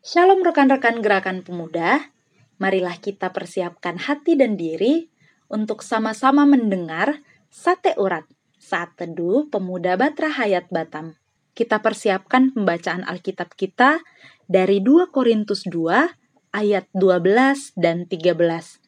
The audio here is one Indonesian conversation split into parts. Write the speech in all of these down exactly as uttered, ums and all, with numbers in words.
Shalom rekan-rekan Gerakan Pemuda, marilah kita persiapkan hati dan diri untuk sama-sama mendengar Sate Urat, Saat Teduh Pemuda Batra Hayat Batam. Kita persiapkan pembacaan Alkitab kita dari dua Korintus dua ayat dua belas dan tiga belas.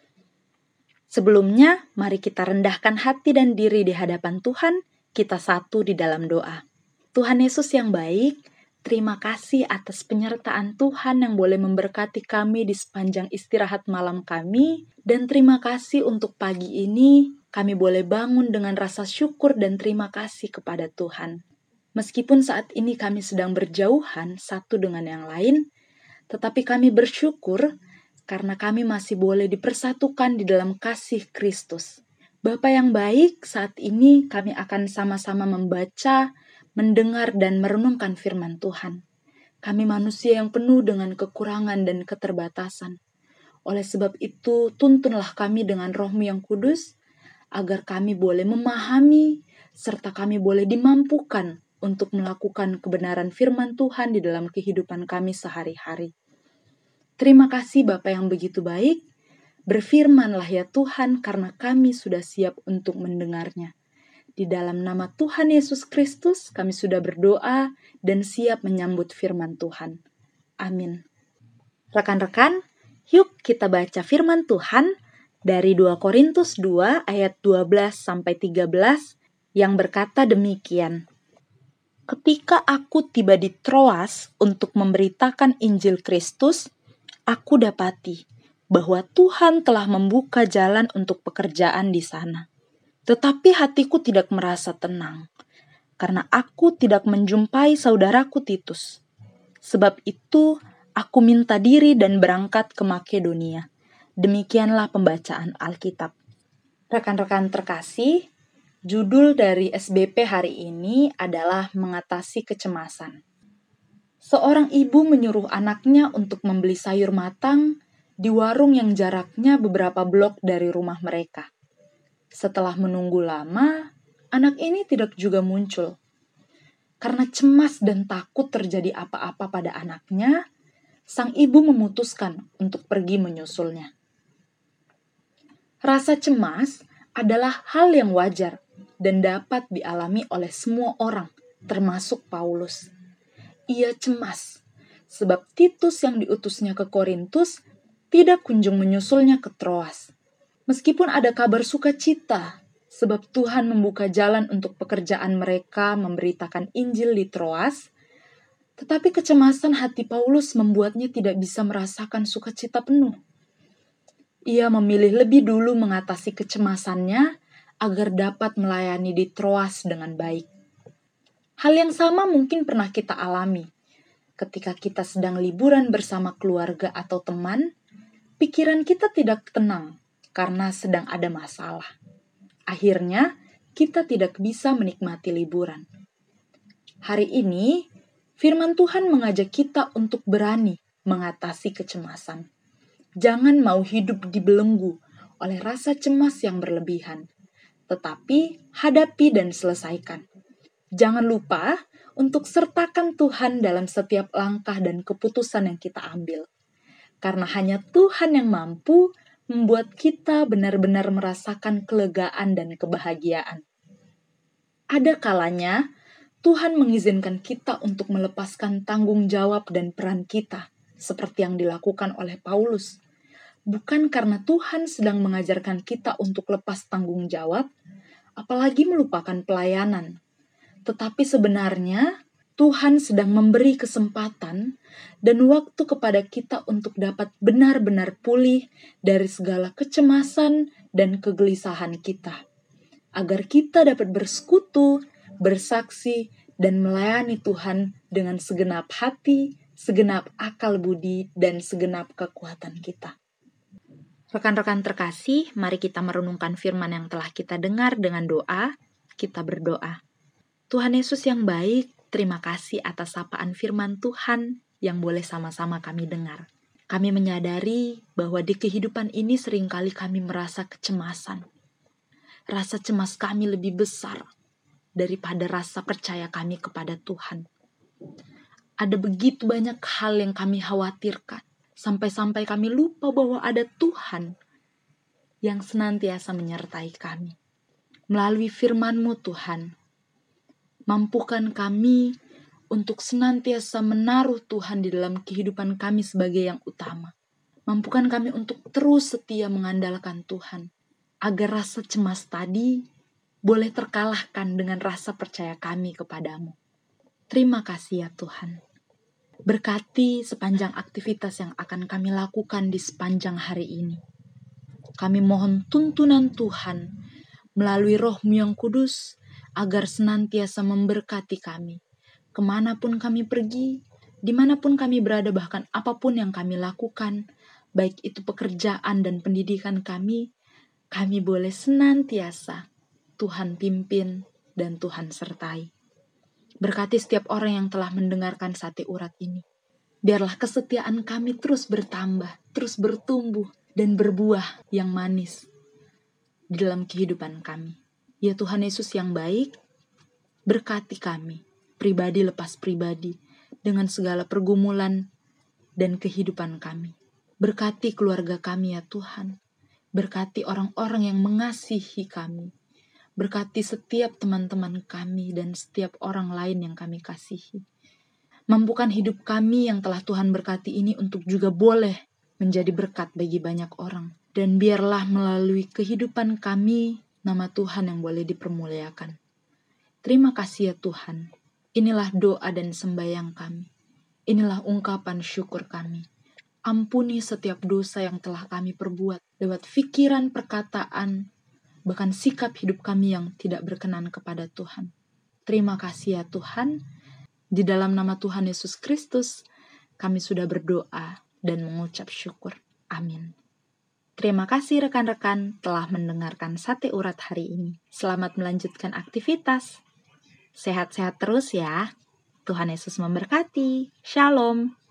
Sebelumnya, mari kita rendahkan hati dan diri di hadapan Tuhan, kita satu di dalam doa. Tuhan Yesus yang baik, terima kasih atas penyertaan Tuhan yang boleh memberkati kami di sepanjang istirahat malam kami, dan terima kasih untuk pagi ini kami boleh bangun dengan rasa syukur dan terima kasih kepada Tuhan. Meskipun saat ini kami sedang berjauhan satu dengan yang lain, tetapi kami bersyukur karena kami masih boleh dipersatukan di dalam kasih Kristus. Bapa yang baik, saat ini kami akan sama-sama membaca, mendengar, dan merenungkan firman Tuhan. Kami manusia yang penuh dengan kekurangan dan keterbatasan. Oleh sebab itu, tuntunlah kami dengan Roh-Mu yang kudus, agar kami boleh memahami, serta kami boleh dimampukan untuk melakukan kebenaran firman Tuhan di dalam kehidupan kami sehari-hari. Terima kasih Bapa yang begitu baik, berfirmanlah ya Tuhan karena kami sudah siap untuk mendengarnya. Di dalam nama Tuhan Yesus Kristus kami sudah berdoa dan siap menyambut firman Tuhan. Amin. Rekan-rekan, yuk kita baca firman Tuhan dari dua Korintus dua ayat dua belas sampai tiga belas yang berkata demikian. Ketika aku tiba di Troas untuk memberitakan Injil Kristus, aku dapati bahwa Tuhan telah membuka jalan untuk pekerjaan di sana. Tetapi hatiku tidak merasa tenang, karena aku tidak menjumpai saudaraku Titus. Sebab itu, aku minta diri dan berangkat ke Makedonia. Demikianlah pembacaan Alkitab. Rekan-rekan terkasih, judul dari S B P hari ini adalah mengatasi kecemasan. Seorang ibu menyuruh anaknya untuk membeli sayur matang di warung yang jaraknya beberapa blok dari rumah mereka. Setelah menunggu lama, anak ini tidak juga muncul. Karena cemas dan takut terjadi apa-apa pada anaknya, sang ibu memutuskan untuk pergi menyusulnya. Rasa cemas adalah hal yang wajar dan dapat dialami oleh semua orang, termasuk Paulus. Ia cemas, sebab Titus yang diutusnya ke Korintus tidak kunjung menyusulnya ke Troas. Meskipun ada kabar sukacita, sebab Tuhan membuka jalan untuk pekerjaan mereka memberitakan Injil di Troas, tetapi kecemasan hati Paulus membuatnya tidak bisa merasakan sukacita penuh. Ia memilih lebih dulu mengatasi kecemasannya agar dapat melayani di Troas dengan baik. Hal yang sama mungkin pernah kita alami. Ketika kita sedang liburan bersama keluarga atau teman, pikiran kita tidak tenang karena sedang ada masalah. Akhirnya, kita tidak bisa menikmati liburan. Hari ini, firman Tuhan mengajak kita untuk berani mengatasi kecemasan. Jangan mau hidup dibelenggu oleh rasa cemas yang berlebihan, tetapi hadapi dan selesaikan. Jangan lupa untuk sertakan Tuhan dalam setiap langkah dan keputusan yang kita ambil. Karena hanya Tuhan yang mampu membuat kita benar-benar merasakan kelegaan dan kebahagiaan. Ada kalanya Tuhan mengizinkan kita untuk melepaskan tanggung jawab dan peran kita, seperti yang dilakukan oleh Paulus. Bukan karena Tuhan sedang mengajarkan kita untuk lepas tanggung jawab, apalagi melupakan pelayanan. Tetapi sebenarnya Tuhan sedang memberi kesempatan dan waktu kepada kita untuk dapat benar-benar pulih dari segala kecemasan dan kegelisahan kita, agar kita dapat bersekutu, bersaksi, dan melayani Tuhan dengan segenap hati, segenap akal budi, dan segenap kekuatan kita. Rekan-rekan terkasih, mari kita merenungkan firman yang telah kita dengar dengan doa. Kita berdoa. Tuhan Yesus yang baik, terima kasih atas sapaan firman Tuhan yang boleh sama-sama kami dengar. Kami menyadari bahwa di kehidupan ini seringkali kami merasa kecemasan. Rasa cemas kami lebih besar daripada rasa percaya kami kepada Tuhan. Ada begitu banyak hal yang kami khawatirkan, sampai-sampai kami lupa bahwa ada Tuhan yang senantiasa menyertai kami. Melalui firman-Mu Tuhan, mampukan kami untuk senantiasa menaruh Tuhan di dalam kehidupan kami sebagai yang utama. Mampukan kami untuk terus setia mengandalkan Tuhan, agar rasa cemas tadi boleh terkalahkan dengan rasa percaya kami kepadamu. Terima kasih ya Tuhan. Berkati sepanjang aktivitas yang akan kami lakukan di sepanjang hari ini. Kami mohon tuntunan Tuhan melalui Roh-Mu yang kudus, agar senantiasa memberkati kami. Kemanapun kami pergi, dimanapun kami berada, bahkan apapun yang kami lakukan, baik itu pekerjaan dan pendidikan kami, kami boleh senantiasa Tuhan pimpin dan Tuhan sertai. Berkati setiap orang yang telah mendengarkan sate urat ini. Biarlah kesetiaan kami terus bertambah, terus bertumbuh, dan berbuah yang manis di dalam kehidupan kami. Ya Tuhan Yesus yang baik, berkati kami, pribadi lepas pribadi, dengan segala pergumulan dan kehidupan kami. Berkati keluarga kami ya Tuhan. Berkati orang-orang yang mengasihi kami. Berkati setiap teman-teman kami dan setiap orang lain yang kami kasihi. Mampukan hidup kami yang telah Tuhan berkati ini untuk juga boleh menjadi berkat bagi banyak orang. Dan biarlah melalui kehidupan kami, nama Tuhan yang boleh dipermuliakan. Terima kasih ya Tuhan. Inilah doa dan sembahyang kami. Inilah ungkapan syukur kami. Ampuni setiap dosa yang telah kami perbuat lewat pikiran, perkataan, bahkan sikap hidup kami yang tidak berkenan kepada Tuhan. Terima kasih ya Tuhan. Di dalam nama Tuhan Yesus Kristus, kami sudah berdoa dan mengucap syukur. Amin. Terima kasih rekan-rekan telah mendengarkan Sate Urat hari ini. Selamat melanjutkan aktivitas. Sehat-sehat terus ya. Tuhan Yesus memberkati. Shalom.